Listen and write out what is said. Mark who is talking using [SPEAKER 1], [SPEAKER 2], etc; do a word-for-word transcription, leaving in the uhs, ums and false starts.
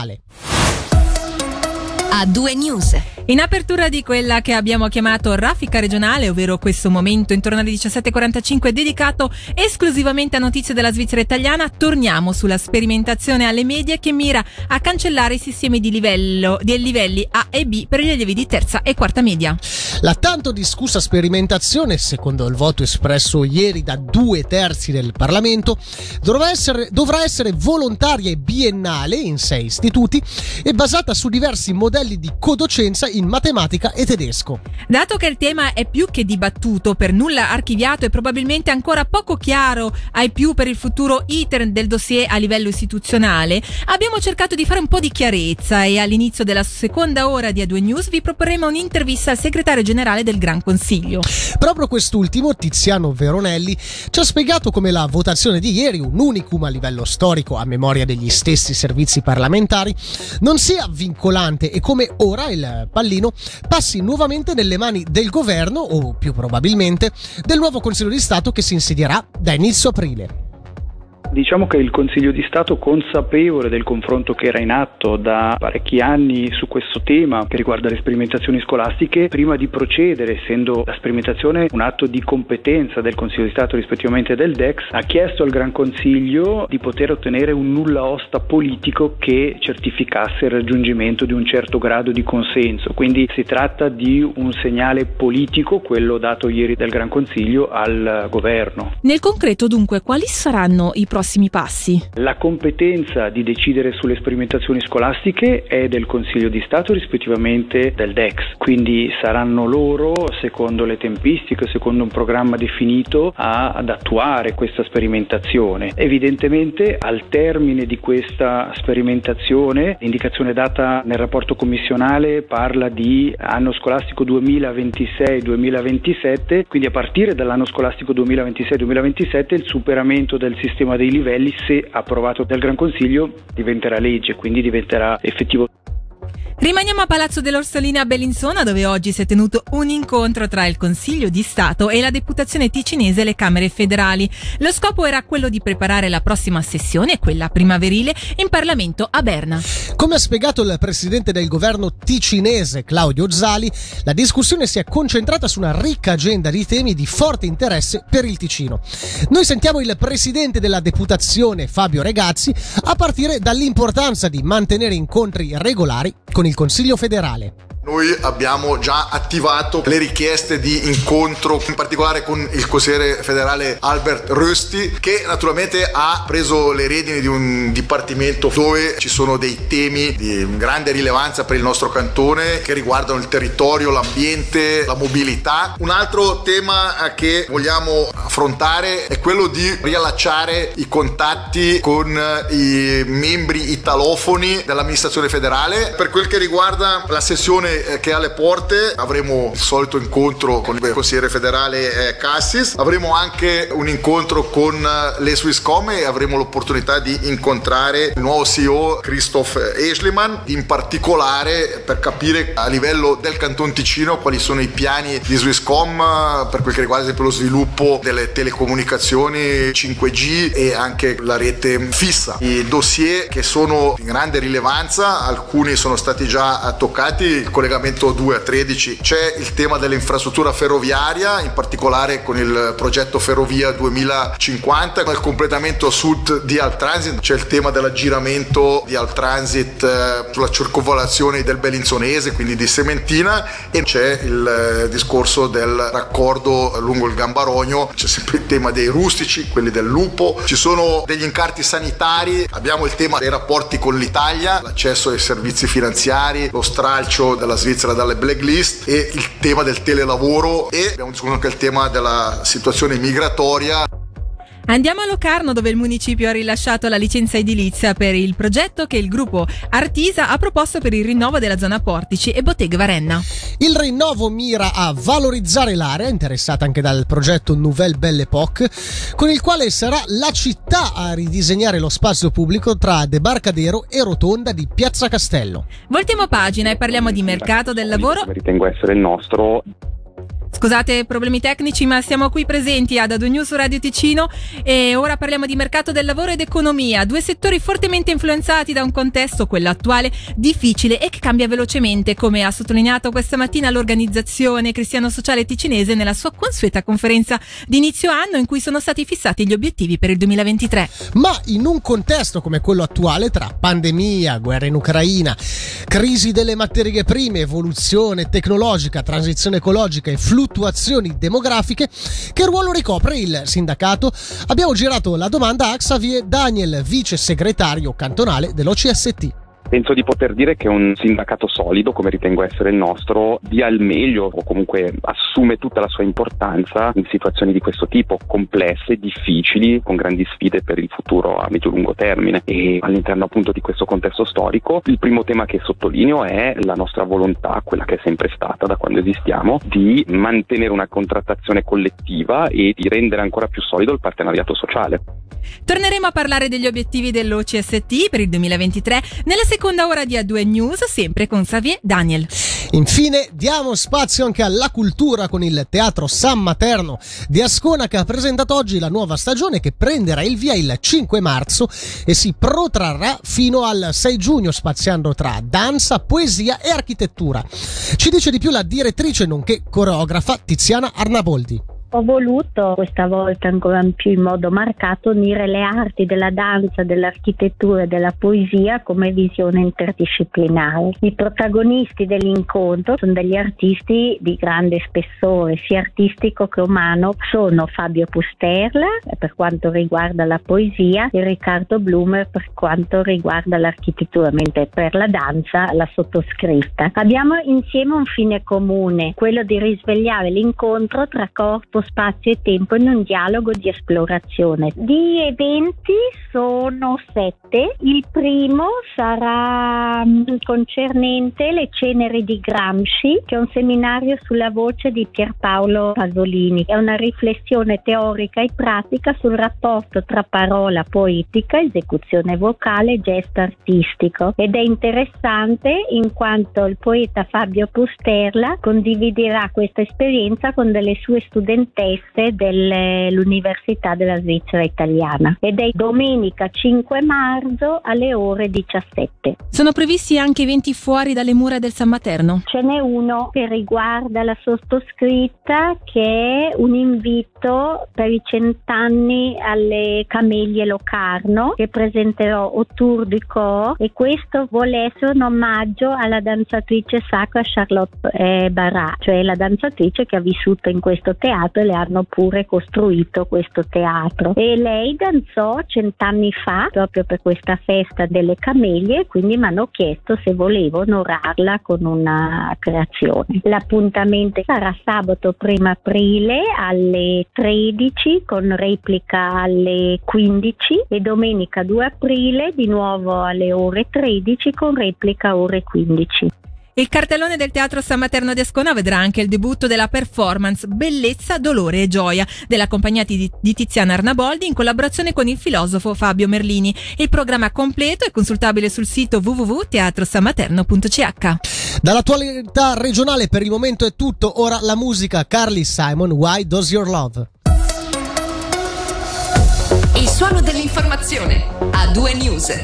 [SPEAKER 1] federale.
[SPEAKER 2] A due News.
[SPEAKER 3] In apertura di quella che abbiamo chiamato Raffica regionale, ovvero questo momento intorno alle diciassette e quarantacinque dedicato esclusivamente a notizie della Svizzera italiana, torniamo sulla sperimentazione alle medie che mira a cancellare i sistemi di livello di livelli A e B per gli allievi di terza e quarta media.
[SPEAKER 1] La tanto discussa sperimentazione, secondo il voto espresso ieri da due terzi del Parlamento, dovrà essere, dovrà essere volontaria e biennale in sei istituti e basata su diversi modelli di codocenza in matematica e tedesco.
[SPEAKER 3] Dato che il tema è più che dibattuto, per nulla archiviato e probabilmente ancora poco chiaro ai più per il futuro iter del dossier a livello istituzionale, abbiamo cercato di fare un po' di chiarezza e all'inizio della seconda ora di A due News vi proporremo un'intervista al segretario generale del Gran Consiglio.
[SPEAKER 1] Proprio quest'ultimo, Tiziano Veronelli, ci ha spiegato come la votazione di ieri, un unicum a livello storico a memoria degli stessi servizi parlamentari, non sia vincolante e come ora il pallino passi nuovamente nelle mani del governo o più probabilmente del nuovo Consiglio di Stato che si insedierà da inizio aprile.
[SPEAKER 4] Diciamo che il Consiglio di Stato, consapevole del confronto che era in atto da parecchi anni su questo tema che riguarda le sperimentazioni scolastiche, prima di procedere, essendo la sperimentazione un atto di competenza del Consiglio di Stato rispettivamente del D E C S, ha chiesto al Gran Consiglio di poter ottenere un nulla osta politico che certificasse il raggiungimento di un certo grado di consenso. Quindi si tratta di un segnale politico, quello dato ieri dal Gran Consiglio al governo.
[SPEAKER 3] Nel concreto, dunque, quali saranno i prossimi passi?
[SPEAKER 4] La competenza di decidere sulle sperimentazioni scolastiche è del Consiglio di Stato rispettivamente del D E C S, quindi saranno loro, secondo le tempistiche, secondo un programma definito, a, ad attuare questa sperimentazione. Evidentemente al termine di questa sperimentazione, l'indicazione data nel rapporto commissionale parla di anno scolastico duemilaventisei duemilaventisette, quindi a partire dall'anno scolastico duemilaventisei duemilaventisette il superamento del sistema dei livelli, se approvato dal Gran Consiglio, diventerà legge, quindi diventerà effettivo.
[SPEAKER 3] Rimaniamo a Palazzo dell'Orsolina a Bellinzona, dove oggi si è tenuto un incontro tra il Consiglio di Stato e la Deputazione ticinese e le Camere federali. Lo scopo era quello di preparare la prossima sessione, quella primaverile, in Parlamento a Berna.
[SPEAKER 1] Come ha spiegato il presidente del governo ticinese Claudio Zali, la discussione si è concentrata su una ricca agenda di temi di forte interesse per il Ticino. Noi sentiamo il presidente della Deputazione Fabio Regazzi a partire dall'importanza di mantenere incontri regolari con il Consiglio federale.
[SPEAKER 5] Noi abbiamo già attivato le richieste di incontro, in particolare con il consigliere federale Albert Rösti, che naturalmente ha preso le redini di un dipartimento dove ci sono dei temi di grande rilevanza per il nostro cantone che riguardano il territorio, l'ambiente, la mobilità. Un altro tema che vogliamo affrontare è quello di riallacciare i contatti con i membri italofoni dell'amministrazione federale. Per quel che riguarda la sessione che è alle porte, avremo il solito incontro con il consigliere federale eh, Cassis, avremo anche un incontro con le Swisscom e avremo l'opportunità di incontrare il nuovo C E O Christoph Eschliman, in particolare per capire a livello del Canton Ticino quali sono i piani di Swisscom per quel che riguarda ad esempio lo sviluppo delle telecomunicazioni cinque G e anche la rete fissa. I dossier che sono di grande rilevanza, alcuni sono stati già toccati, il collegamento due a tredici, c'è il tema dell'infrastruttura ferroviaria, in particolare con il progetto Ferrovia duemilacinquanta, con il completamento a sud di Alptransit, c'è il tema dell'aggiramento di Alptransit eh, sulla circonvallazione del Bellinzonese, quindi di Sementina, e c'è il eh, discorso del raccordo lungo il Gambarogno, c'è sempre il tema dei rustici, quelli del lupo, ci sono degli incarti sanitari, abbiamo il tema dei rapporti con l'Italia, l'accesso ai servizi finanziari, lo stralcio della Svizzera dalle blacklist e il tema del telelavoro, e abbiamo discusso anche il tema della situazione migratoria.
[SPEAKER 3] Andiamo a Locarno, dove il municipio ha rilasciato la licenza edilizia per il progetto che il gruppo Artisa ha proposto per il rinnovo della zona Portici e Botteghe Varenna.
[SPEAKER 1] Il rinnovo mira a valorizzare l'area, interessata anche dal progetto Nouvelle Belle Époque, con il quale sarà la città a ridisegnare lo spazio pubblico tra Debarcadero e Rotonda di Piazza Castello.
[SPEAKER 3] Voltiamo pagina e parliamo di mercato del lavoro.
[SPEAKER 6] Ritengo essere il nostro.
[SPEAKER 3] Scusate problemi tecnici, ma siamo qui presenti ad A due News su Radio Ticino e ora parliamo di mercato del lavoro ed economia, due settori fortemente influenzati da un contesto, quello attuale, difficile e che cambia velocemente, come ha sottolineato questa mattina l'organizzazione cristiano-sociale ticinese nella sua consueta conferenza di inizio anno in cui sono stati fissati gli obiettivi per il duemilaventitré.
[SPEAKER 1] Ma in un contesto come quello attuale, tra pandemia, guerra in Ucraina, crisi delle materie prime, evoluzione tecnologica, transizione ecologica e fluttuazioni demografiche, che ruolo ricopre il sindacato? Abbiamo girato la domanda a Xavier Daniel, vice segretario cantonale dell'O C S T.
[SPEAKER 6] Penso di poter dire che un sindacato solido, come ritengo essere il nostro, dia il meglio o comunque assume tutta la sua importanza in situazioni di questo tipo, complesse, difficili, con grandi sfide per il futuro a medio-lungo termine. E all'interno appunto di questo contesto storico, il primo tema che sottolineo è la nostra volontà, quella che è sempre stata da quando esistiamo, di mantenere una contrattazione collettiva e di rendere ancora più solido il partenariato sociale.
[SPEAKER 3] Torneremo a parlare degli obiettivi dell'O C S T per il duemilaventitré nella seconda ora di A due News, sempre con Xavier Daniel.
[SPEAKER 1] Infine diamo spazio anche alla cultura con il Teatro San Materno di Ascona, che ha presentato oggi la nuova stagione che prenderà il via il cinque marzo e si protrarrà fino al sei giugno, spaziando tra danza, poesia e architettura. Ci dice di più la direttrice nonché coreografa Tiziana Arnaboldi.
[SPEAKER 7] Ho voluto questa volta ancora più in modo marcato unire le arti della danza, dell'architettura e della poesia come visione interdisciplinare. I protagonisti dell'incontro sono degli artisti di grande spessore, sia artistico che umano. Sono Fabio Pusterla per quanto riguarda la poesia e Riccardo Blumer per quanto riguarda l'architettura, mentre per la danza la sottoscritta. Abbiamo insieme un fine comune, quello di risvegliare l'incontro tra corpo, spazio e tempo in un dialogo di esplorazione. Di eventi sono sette. Il primo sarà concernente le ceneri di Gramsci, che è un seminario sulla voce di Pierpaolo Pasolini. È una riflessione teorica e pratica sul rapporto tra parola poetica, esecuzione vocale e gesto artistico, ed è interessante in quanto il poeta Fabio Pusterla condividerà questa esperienza con delle sue studentesse dell'Università della Svizzera Italiana, ed è domenica cinque marzo alle ore diciassette.
[SPEAKER 3] Sono previsti anche eventi fuori dalle mura del San Materno?
[SPEAKER 7] Ce n'è uno che riguarda la sottoscritta, che è un invito per i cent'anni alle Camelie Locarno, che presenterò Autour du Corps, e questo vuole essere un omaggio alla danzatrice sacra Charlotte eh, Barrat, cioè la danzatrice che ha vissuto in questo teatro e le hanno pure costruito questo teatro. E lei danzò cent'anni fa proprio per questa festa delle Camelie, quindi mi hanno chiesto se volevo onorarla con una creazione. L'appuntamento sarà sabato primo aprile alle tredici con replica alle quindici e domenica due aprile di nuovo alle ore tredici con replica ore quindici.
[SPEAKER 3] Il cartellone del Teatro San Materno di Ascona vedrà anche il debutto della performance Bellezza, Dolore e Gioia della compagnia di, di Tiziana Arnaboldi in collaborazione con il filosofo Fabio Merlini. Il programma completo è consultabile sul sito w w w punto teatro san materno punto c h.
[SPEAKER 1] Dall'attualità regionale per il momento è tutto, ora la musica. Carly Simon, Why Does Your Love?
[SPEAKER 2] Il suono dell'informazione. A due News.